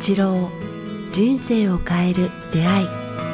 八郎、人生を変える出会い。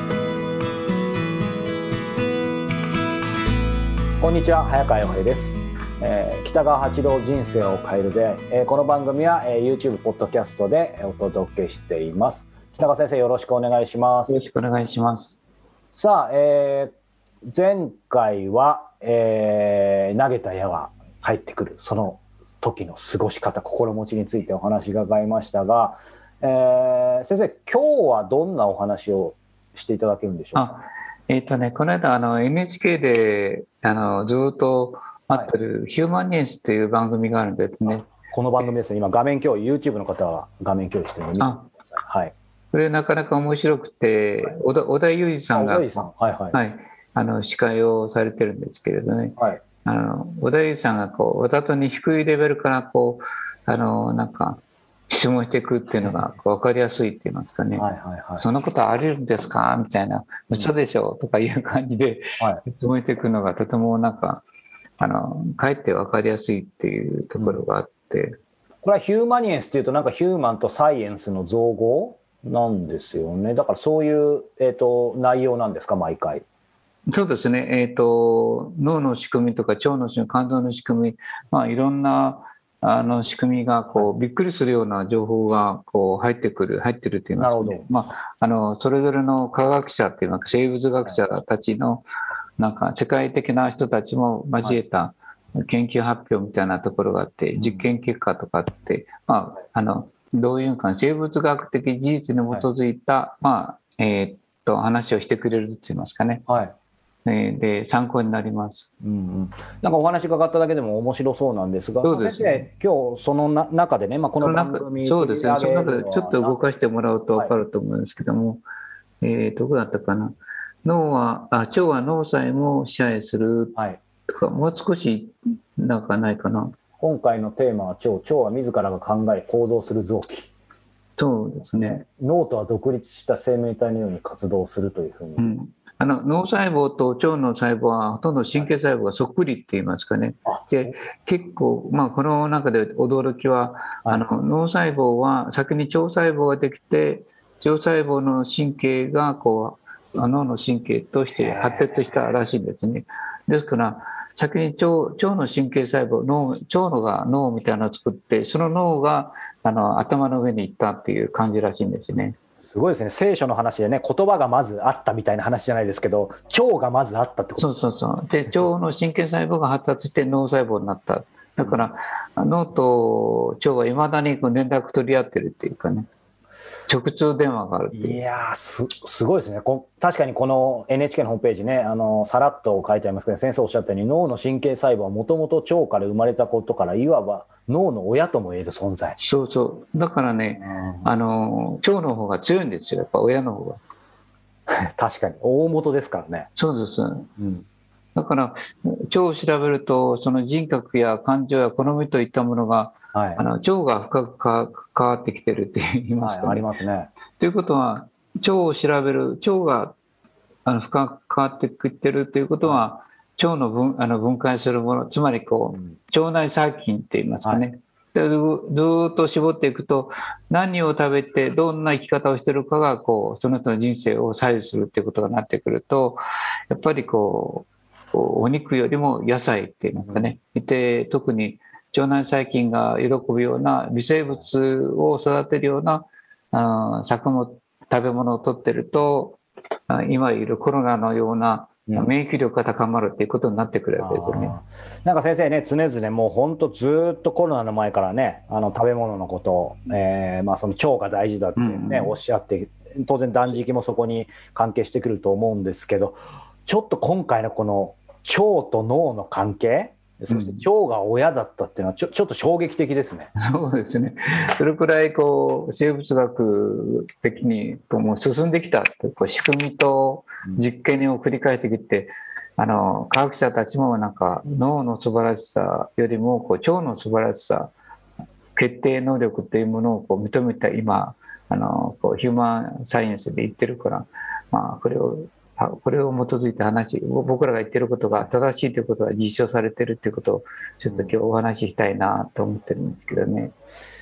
こんにちは、早川洋平です。北川八郎、人生を変える出会い。この番組は、YouTube ポッドキャストでお届けしています。北川先生、よろしくお願いします。 よろしくお願いします。 さあ、前回は、投げた矢が返ってくるその時の過ごし方、心持ちについてお話が伺いましたが、先生、今日はどんなお話をしていただけるんでしょうか。 この間NHK でずっと待ってるヒューマニエンスという番組があるんですね。 この番組ですね。今画面共有、YouTube の方は画面共有してるので見てください。はい。 これなかなか面白くて、はい、織田裕二さんが司会をされてるんですけれどね、はい、織田裕二さんがわざとに低いレベルからなんか質問していくっていうのが分かりやすいって言いますかね、そんなことありるんですかみたいな、嘘でしょとかいう感じで質問していくのがとてもなんかかえって分かりやすいっていうところがあって、 これはヒューマニエンスっていうとなんかヒューマンとサイエンスの造語なんですよね。だからそういう、内容なんですか、毎回。 そうですね、脳の仕組みとか腸の仕組み、肝臓の仕組み、いろんな仕組みがびっくりするような情報が入ってるといいますかね。それぞれの科学者っていうのは生物学者たちのなんか世界的な人たちも交えた研究発表みたいなところがあって、実験結果とかって、どういうか生物学的事実に基づいた、話をしてくれるといいますかね。で参考になります。 なんかお話伺っただけでも面白そうなんですが、先生、今日その中でね、この番組そうですね、その中でちょっと動かしてもらうと分かると思うんですけども、どこだったかな、腸は脳さえも支配するとか、もう少しなんかないかな。 今回のテーマは腸は自らが考え行動する臓器。 そうですね。 脳とは独立した生命体のように活動するというふうに。 脳細胞と腸の細胞はほとんど神経細胞がそっくりって言いますかね。で結構、この中で驚きは、脳細胞は先に腸細胞ができて、腸細胞の神経が脳の神経として発達したらしいんですね。ですから先に腸の神経細胞、腸のが脳みたいなのを作って、その脳が頭の上に行ったっていう感じらしいんですね。 すごいですね。聖書の話でね、言葉がまずあったみたいな話じゃないですけど、腸がまずあったってことですね。 そうで、腸の神経細胞が発達して脳細胞になった。だから脳と腸はいまだに連絡取り合ってるっていうかね、直通電話があるっていう。 いやー、すごいですね。確かにこの NHK のホームページね、さらっと書いてありますけど、先生おっしゃったように、脳の神経細胞はもともと腸から生まれたことから、いわば脳の親とも言える存在。 そうだからね、腸の方が強いんですよ、やっぱ親の方が。確かに大元ですからね。 そうです、だから腸を調べると、その人格や感情や好みといったものが、腸が深く関わってきてるって言いますかね。 ありますね。 ということは、腸を調べる、腸が深く関わってきてるということは、腸の分解するもの、つまり腸内細菌って言いますかね。でずっと絞っていくと、何を食べてどんな生き方をしているかがその人の人生を左右するっていうことがなってくると、やっぱりお肉よりも野菜っていいますかね。で特に腸内細菌が喜ぶような微生物を育てるような食べ物をとってると、今いるコロナのような免疫力が高まるっていうことになってくるわけですよね。 なんか先生ね、常々もう本当ずっとコロナの前からね、食べ物のことを、その腸が大事だってね、おっしゃって、当然断食もそこに関係してくると思うんですけど、ちょっと今回のこの腸と脳の関係、そして腸が親だったっていうのはちょっと衝撃的ですね。 そうですね。それくらい生物学的にもう進んできた仕組みと実験を繰り返してきて、科学者たちもなんか脳の素晴らしさよりも腸の素晴らしさ、決定能力というものを認めた今ヒューマンサイエンスで言ってるから、これを基づいて僕らが言ってることが正しいということが実証されてるということをちょっと今日お話ししたいなと思ってるんですけどね。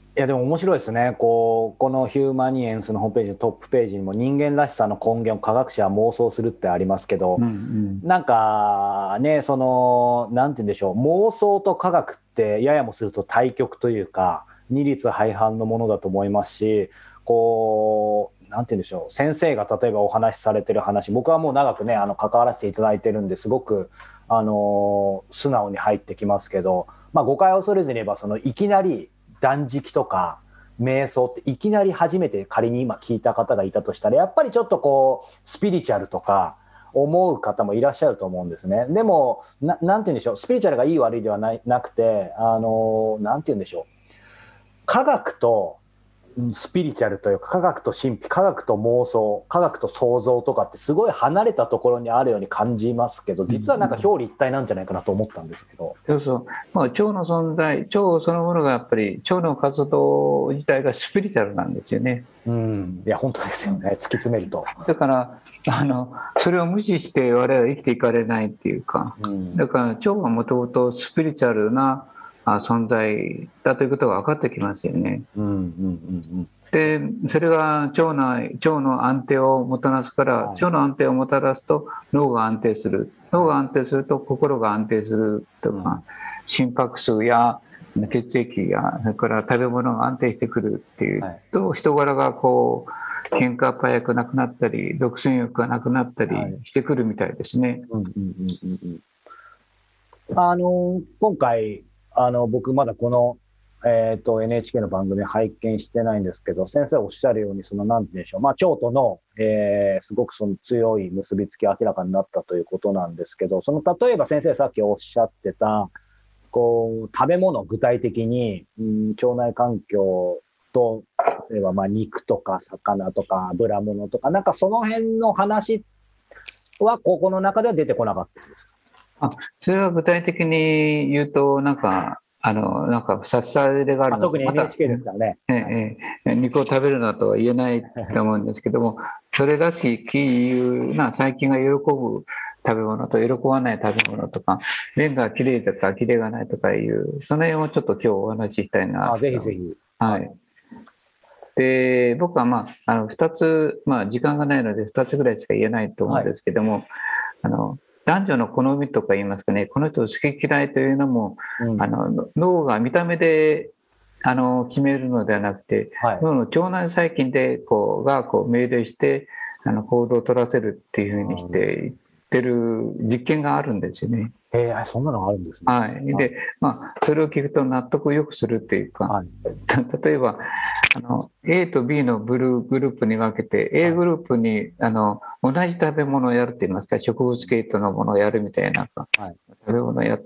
いやでも面白いですね。このヒューマニエンスのホームページのトップページにも人間らしさの根源を科学者は妄想するってありますけど、なんかね、なんて言うんでしょう、妄想と科学ってややもすると対極というか二律背反のものだと思いますし、なんて言うんでしょう、先生が例えばお話しされてる話、僕はもう長くね関わらせていただいてるんですごく素直に入ってきますけど、誤解を恐れずに言えばいきなり断食とか瞑想っていきなり初めて仮に今聞いた方がいたとしたら、やっぱりちょっとスピリチュアルとか思う方もいらっしゃると思うんですね。でもなんて言うんでしょう、スピリチュアルがいい悪いではなくて、なんて言うんでしょう、科学とスピリチュアルというか、科学と神秘、科学と妄想、科学と創造とかってすごい離れたところにあるように感じますけど、実はなんか表裏一体なんじゃないかなと思ったんですけど。 そうそう、腸の存在、腸そのものがやっぱり腸の活動自体がスピリチュアルなんですよね。 いや本当ですよね、突き詰めると。 だからそれを無視して我々は生きていかれないっていうか、だから腸はもともとスピリチュアルな存在だということが分かってきますよね。でそれが腸の安定をもたらすから、腸の安定をもたらすと脳が安定する、脳が安定すると心が安定するとか、心拍数や血液やそれから食べ物が安定してくるっていうと、人柄が喧嘩っ早くなくなったり独占欲がなくなったりしてくるみたいですね。 今回僕まだこの、NHK の番組拝見してないんですけど、先生おっしゃるようになんて言うんでしょう、腸との、すごく強い結びつきが明らかになったということなんですけど、例えば先生さっきおっしゃってた食べ物、具体的に、腸内環境と例えば肉とか魚とか油物とか、なんかその辺の話はここの中では出てこなかったんですか？ それは具体的に言うとなんか差し障りがあるので、 特に NHK ですからね、 肉を食べるなとは言えないと思うんですけども、それらしきいう細菌が喜ぶ食べ物と喜ばない食べ物とか、便がきれいとかきれいがないとかいう、その辺をちょっと今日お話ししたいなと。 ぜひぜひ。 で僕は2つ、時間がないので2つぐらいしか言えないと思うんですけども、男女の好みとか言いますかね、この人好き嫌いというのも、脳が見た目で決めるのではなくて、脳の腸内細菌で命令して行動を取らせるっていうふうにして言ってる実験があるんですよね。 そんなのがあるんですね。 でそれを聞くと納得をよくするっていうか、例えばA と B のグループに分けて、A グループに同じ食べ物をやるって言いますか、植物系統のものをやるみたいな食べ物をやって、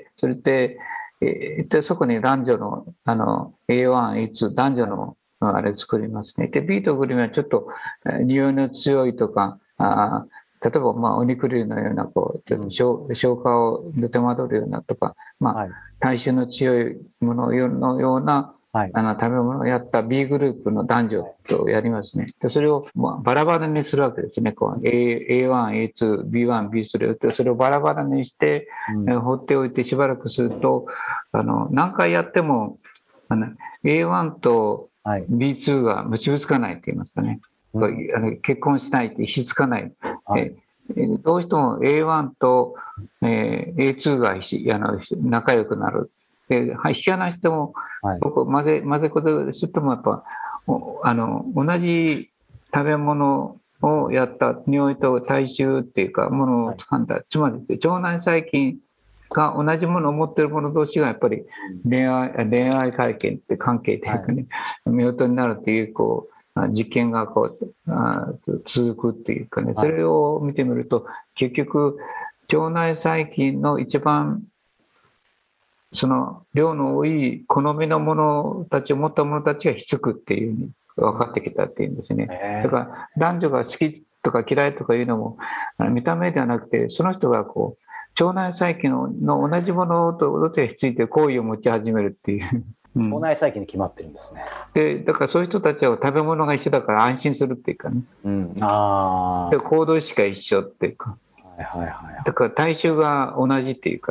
それでそこに男女のA1、A2、男女のあれ作りますね。で B とグループはちょっと匂いの強いとか、例えばお肉類のようなちょっと消化を手間取るようなとか、体臭の強いもののような食べ物をやった B グループの男女とやりますね。でそれをバラバラにするわけですね。A1、A2、B1、B3 それをバラバラにして放っておいてしばらくすると、何回やってもA1 と B2 が結びつかないと言いますかね。結婚しないってひしつかない、どうしても A1 と、A2 が仲良くなる。で引き離しても、混ぜこぜしてもやっぱ同じ食べ物をやった匂いと体臭っていうかものを掴んだ、つまり腸内細菌が同じものを持っている者同士がやっぱり恋愛関係って関係というかね、夫婦になるっていう実験が続くっていうかね、それを見てみると結局腸内細菌の一番その量の多い好みのものたちを持った者たちがひっつくっていうふうに分かってきたっていうんですね。だから男女が好きとか嫌いとかいうのも見た目ではなくて、その人が腸内細菌の同じものとどちらひっついて好意を持ち始めるっていう。 腸内細菌に決まってるんですね。 でだからそういう人たちは食べ物が一緒だから安心するっていうかね、で行動しか一緒っていうか、だから体臭が同じっていうかね、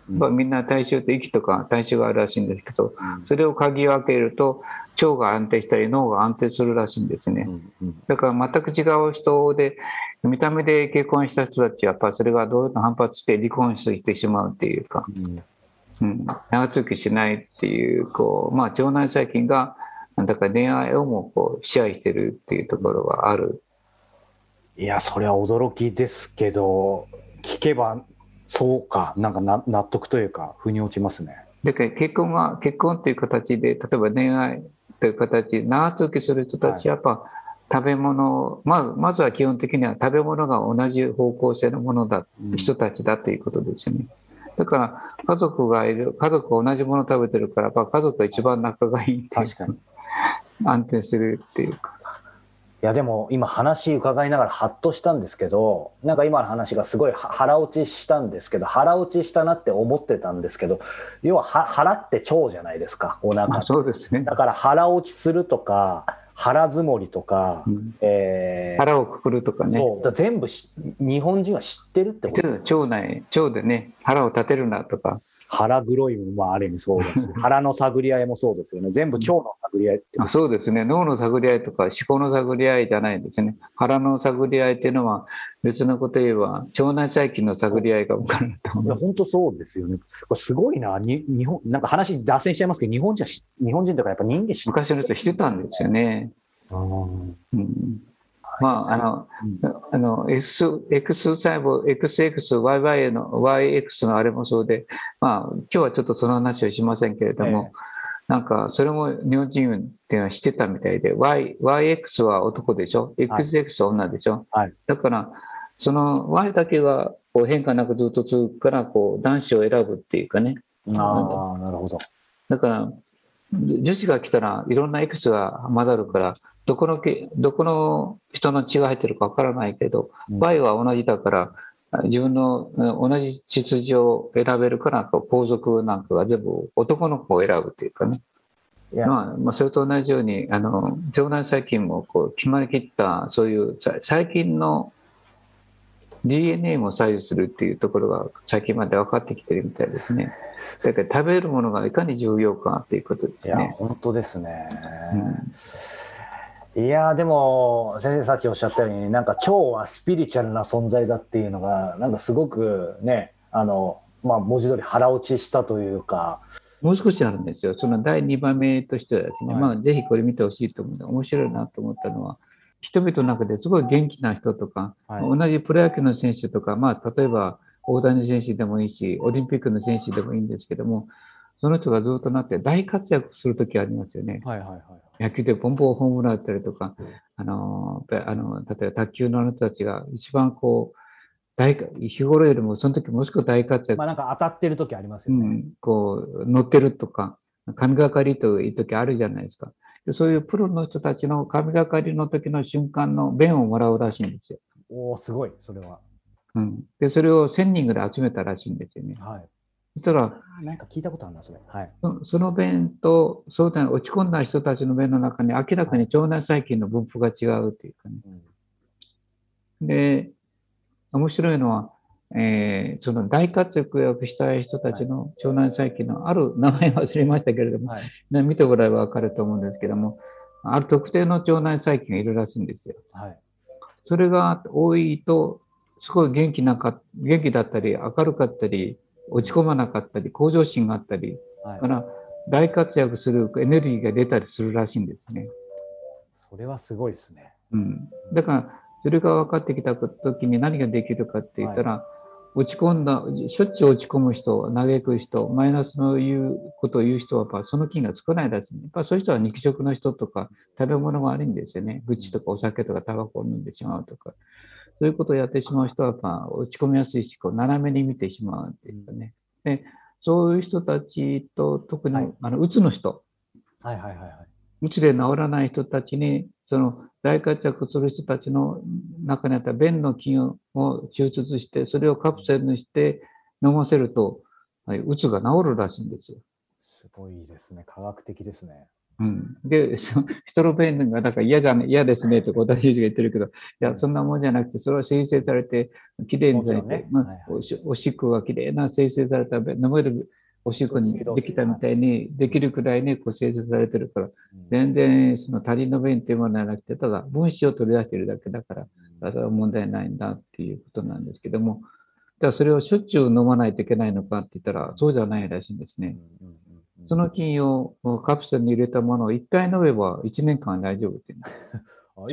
みんな体臭と息とか体臭があるらしいんですけど、それを嗅ぎ分けると腸が安定したり脳が安定するらしいんですね。だから全く違う人で、見た目で結婚した人たちはやっぱりそれがどう反発して離婚してしまうっていうか、長続きしないっていう、腸内細菌がだから恋愛をも支配してるっていうところがある。 いや、それは驚きですけど、聞けばそうか、なんか納得というか腑に落ちますね。 だから結婚っていう形で、例えば恋愛という形で長続きする人たちはやっぱ食べ物、まずは基本的には食べ物が同じ方向性のものだ、人たちだということですよね。だから家族が同じものを食べてるから、やっぱ家族が一番仲がいいっていうか、 確かに安定するっていうか。 いやでも今話伺いながらハッとしたんですけど、なんか今の話がすごい腹落ちしたんですけど、腹落ちしたなって思ってたんですけど、要は腹って腸じゃないですか、お腹。 そうですね。 だから腹落ちするとか腹積もりとか、 腹をくくるとかね。 そうだ、全部日本人は知ってるってこと。 腸でね、腹を立てるなとか。 腹黒いもある意味そうだし、腹の探り合いもそうですよね。全部腸の探り合いってこと。 そうですね。脳の探り合いとか思考の探り合いじゃないですね。腹の探り合いっていうのは別のこと言えば腸内細菌の探り合いが分かると思う。 いや本当そうですよね。これすごいな。日本なんか話脱線しちゃいますけど、日本人とかやっぱ人間昔の人してたんですよね。X 細胞、XX、YX のあれもそうで、今日はちょっとその話をしませんけれども、なんかそれも日本人っていうのはしてたみたいで、YX は男でしょ、XX は女でしょ、だからその Y だけが変化なくずっと続くから男子を選ぶっていうかね。 なるほど。 だから女子が来たらいろんな X が混ざるから、どこの人の血が入ってるかわからないけど、Y は同じだから自分の同じ血筋を選べるから、皇族なんかが全部男の子を選ぶというかね。それと同じように腸内細菌も決まりきったそういう細菌の DNA も左右するっていうところが最近まで分かってきてるみたいですね。だから食べるものがいかに重要かっていうことですね。 いや本当ですね。いやでも先生さっきおっしゃったように、なんか腸はスピリチュアルな存在だっていうのがなんかすごくね、文字通り腹落ちしたというか。 もう少しあるんですよ。その第2番目としてはですね、ぜひこれ見てほしいと思うので、面白いなと思ったのは、人々の中ですごい元気な人とか、同じプロ野球の選手とか、例えば大谷選手でもいいし、オリンピックの選手でもいいんですけども、その人がずっとなって大活躍するときありますよね。野球でポンポンホームラン打ったりとか、例えば卓球の人たちが一番日頃よりもその時もしくは大活躍。 なんか当たってる時ありますよね。 乗ってるとか、神がかりという時あるじゃないですか。でそういうプロの人たちの神がかりの時の瞬間の弁をもらうらしいんですよ。 おー、すごい、それは。 で、それを1000人ぐらい集めたらしいんですよね。そしたら、 なんか聞いたことあるな、それ。 その弁と、そうだね、落ち込んだ人たちの弁の中に明らかに腸内細菌の分布が違うというかね。で、面白いのは、その大活躍したい人たちの腸内細菌のある名前忘れましたけれども、見てもらえば分かると思うんですけども、ある特定の腸内細菌がいるらしいんですよ。それが多いと、すごい元気だったり、明るかったり、落ち込まなかったり、向上心があったり、から大活躍するエネルギーが出たりするらしいんですね。 それはすごいですね。 だから、それが分かってきた時に何ができるかって言ったら、しょっちゅう落ち込む人、嘆く人、マイナスのことを言う人は、その菌が少ないらしい。そういう人は肉食の人とか、食べ物が悪いんですよね。愚痴とかお酒とかタバコを飲んでしまうとか。そういうことをやってしまう人は、落ち込みやすいし、斜めに見てしまうっていうかね。で、そういう人たちと、特に、うつの人。うつで治らない人たちに、その大活躍する人たちの中にあった便の菌を抽出して、それをカプセルにして飲ませると、うつが治るらしいんですよ。 すごいですね。科学的ですね。 で、人の便がだから嫌ですねとか私たちが言ってるけど、いや、そんなもんじゃなくて、それは生成されて、きれいにされて、おしっこがきれいな生成された飲めるおしっこにできたみたいにできるくらいに生成されてるから、全然その他人の便っていうものではなくて、ただ分子を取り出しているだけだから、それは問題ないんだっていうことなんですけども、じゃあそれをしょっちゅう飲まないといけないのかって言ったら、そうじゃないらしいんですね。その菌をカプセルに入れたものを1回飲めば1年間大丈夫っていう。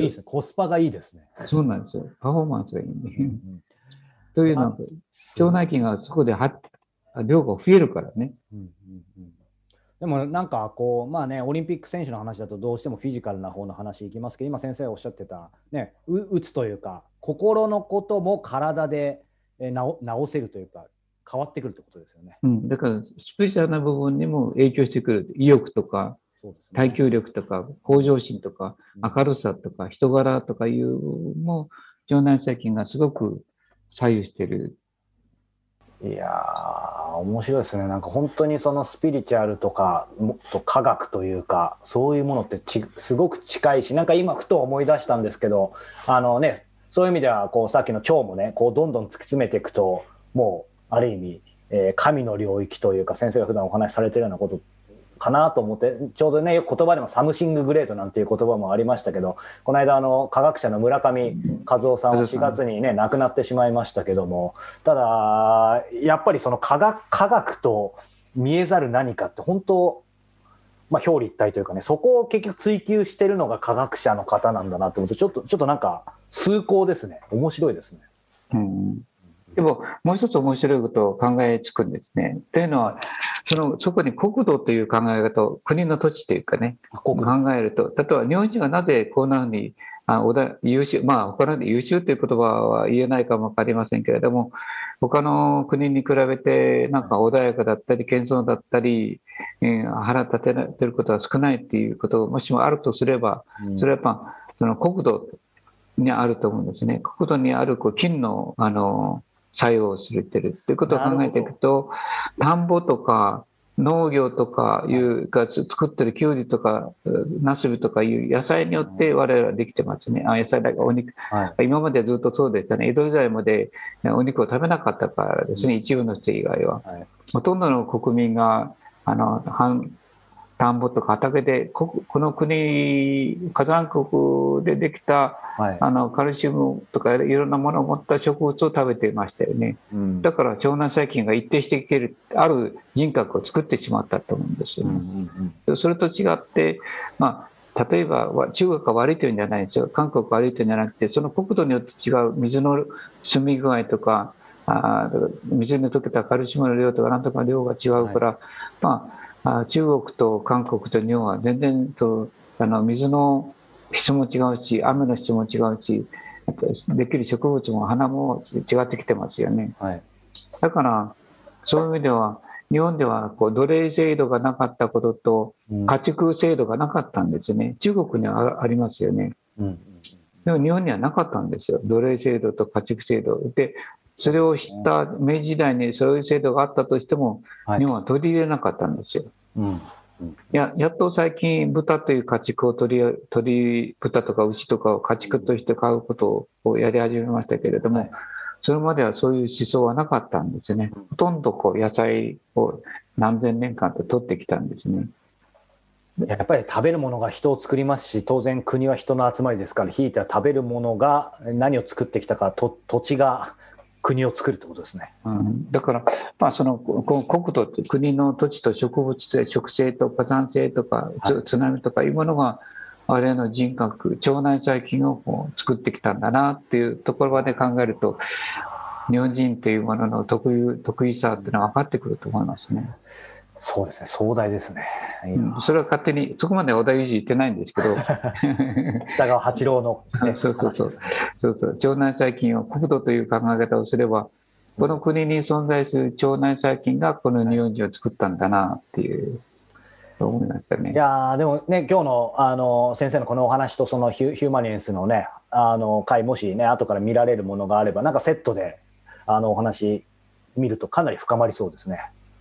いいですね。コスパがいいですね。 そうなんですよ。パフォーマンスがいいね。というのは、腸内菌がそこで量が増えるからね。 でもなんかこう、まあね、オリンピック選手の話だとどうしてもフィジカルな方の話いきますけど、今先生がおっしゃってた、ね、うつというか、心のことも体で治せるというか、変わってくるってことですよね。 だからスピリチュアルな部分にも影響してくる。意欲とか、耐久力とか、向上心とか、明るさとか、人柄とかいうも、腸内細菌がすごく左右している。 いやー、面白いですね。なんか本当にそのスピリチュアルとか、もっと科学というか、そういうものってすごく近いし、なんか今ふと思い出したんですけど、ね、そういう意味ではこうさっきの腸もね、こうどんどん突き詰めていくと、もうある意味、神の領域というか、先生が普段お話しされてるようなことかなと思って、ちょうどね、言葉でもサムシンググレートなんていう言葉もありましたけど、この間科学者の村上和夫さんは4月にね亡くなってしまいましたけども、ただやっぱりその科学と見えざる何かって本当、表裏一体というかね、そこを結局追求してるのが科学者の方なんだなと思うと、ちょっとなんか崇高ですね。面白いですね。 でももう一つ面白いことを考えつくんですね。というのはそこに国土という考え方を、国の土地というかね、考えると、例えば日本人はなぜこんなふうに優秀、他の優秀という言葉は言えないかも分かりませんけれども、他の国に比べてなんか穏やかだったり謙遜だったり、腹立てることは少ないっていうことがもしもあるとすれば、それはやっぱその国土にあると思うんですね。国土にある菌の作用をするってるっていうことを考えていくと、田んぼとか農業とかいうが作ってるキュウリとかナスビとかいう野菜によって我々はできてますね。野菜だけお肉、今までずっとそうでしたね。江戸時代までお肉を食べなかったからですね、一部の人以外は。ほとんどの国民が田んぼとか畑でこの国火山国でできた、カルシウムとかいろんなものを持った植物を食べていましたよね。だから腸内細菌が一定していけるある人格を作ってしまったと思うんですよね。それと違って、例えば中国が悪いというんじゃないんですよ。韓国が悪いというんじゃなくて、その国土によって違う水の澄み具合とか水に溶けたカルシウムの量とかなんとか量が違うから、中国と韓国と日本は全然水の質も違うし、雨の質も違うし、できる植物も花も違ってきてますよね。だからそういう意味では日本では奴隷制度がなかったことと家畜制度がなかったんですよね。中国にはありますよね。でも日本にはなかったんですよ、奴隷制度と家畜制度で。それを知った明治時代にそういう制度があったとしても、日本は取り入れなかったんですよ。やっと最近豚という家畜を豚とか牛とかを家畜として飼うことをやり始めましたけれども、それまではそういう思想はなかったんですね。ほとんど野菜を何千年間と取ってきたんですね。 やっぱり食べるものが人を作りますし、当然国は人の集まりですから、ひいては食べるものが何を作ってきたか、土地が国を作るってことですね。 だからその国土って国の土地と植物性、植生と火山性とか津波とかいうものが我々の人格、腸内細菌を作ってきたんだなっていうところまで考えると、日本人というものの得意さっていうのは分かってくると思いますね。 そうですね、壮大ですね。 それは勝手にそこまで織田裕二言ってないんですけど北川八郎の、 そう腸内細菌を国土という考え方をすれば、この国に存在する腸内細菌がこの日本人を作ったんだなっていう思いましたね。 いやでもね、今日の先生のこのお話とそのヒューマニエンスのね回、もしね後から見られるものがあれば、なんかセットでお話見るとかなり深まりそうですね。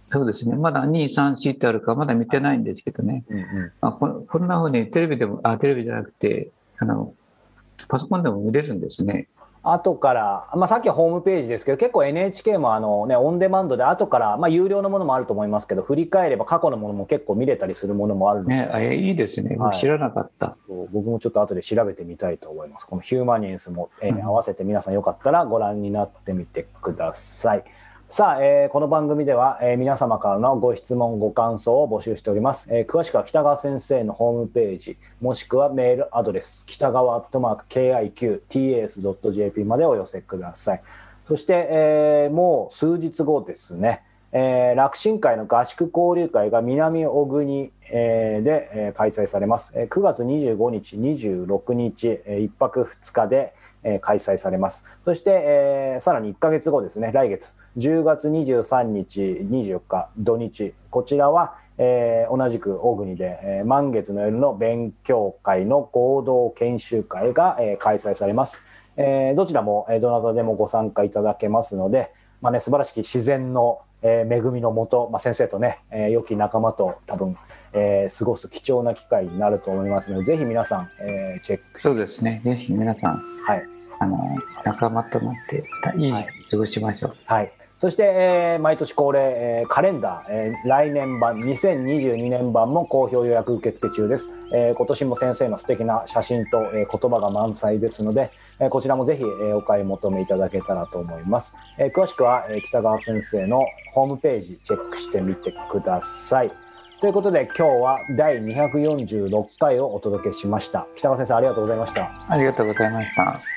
そうですね。まだ2、3、4ってあるかまだ見てないんですけどね。こんな風にテレビでも、テレビじゃなくて、パソコンでも見れるんですね。 後から、さっきはホームページですけど、結構 NHK もオンデマンドで後から、有料のものもあると思いますけど、振り返れば過去のものも結構見れたりするものもあるので、 いいですね。僕知らなかった。 僕もちょっと後で調べてみたいと思います。このヒューマニエンスも、合わせて皆さんよかったらご覧になってみてください。さあ、この番組では、皆様からのご質問ご感想を募集しております。詳しくは北川先生のホームページもしくはメールアドレス北川@kiqtas.jp までお寄せください。そして、もう数日後ですね、楽神会の合宿交流会が南小国、で、開催されます。9月25日26日、1泊2日で、開催されます。そして、さらに1ヶ月後ですね、来月10月23日24日土日、こちらは、同じく小国で、満月の夜の勉強会の合同研修会が、開催されます。どちらも、どなたでもご参加いただけますので、素晴らしき自然の、恵みのもと、先生とね、良き仲間と多分、過ごす貴重な機会になると思いますので、ぜひ皆さん、チェックして。 そうですね。ぜひ皆さん、はい、仲間となっていい時期過ごしましょう。 はい。そして、毎年恒例、カレンダー、来年版2022年版も好評予約受付中です。今年も先生の素敵な写真と、言葉が満載ですので、こちらもぜひ、お買い求めいただけたらと思います。詳しくは、北川先生のホームページチェックしてみてください。ということで今日は第246回をお届けしました。北川先生、ありがとうございました。 ありがとうございました。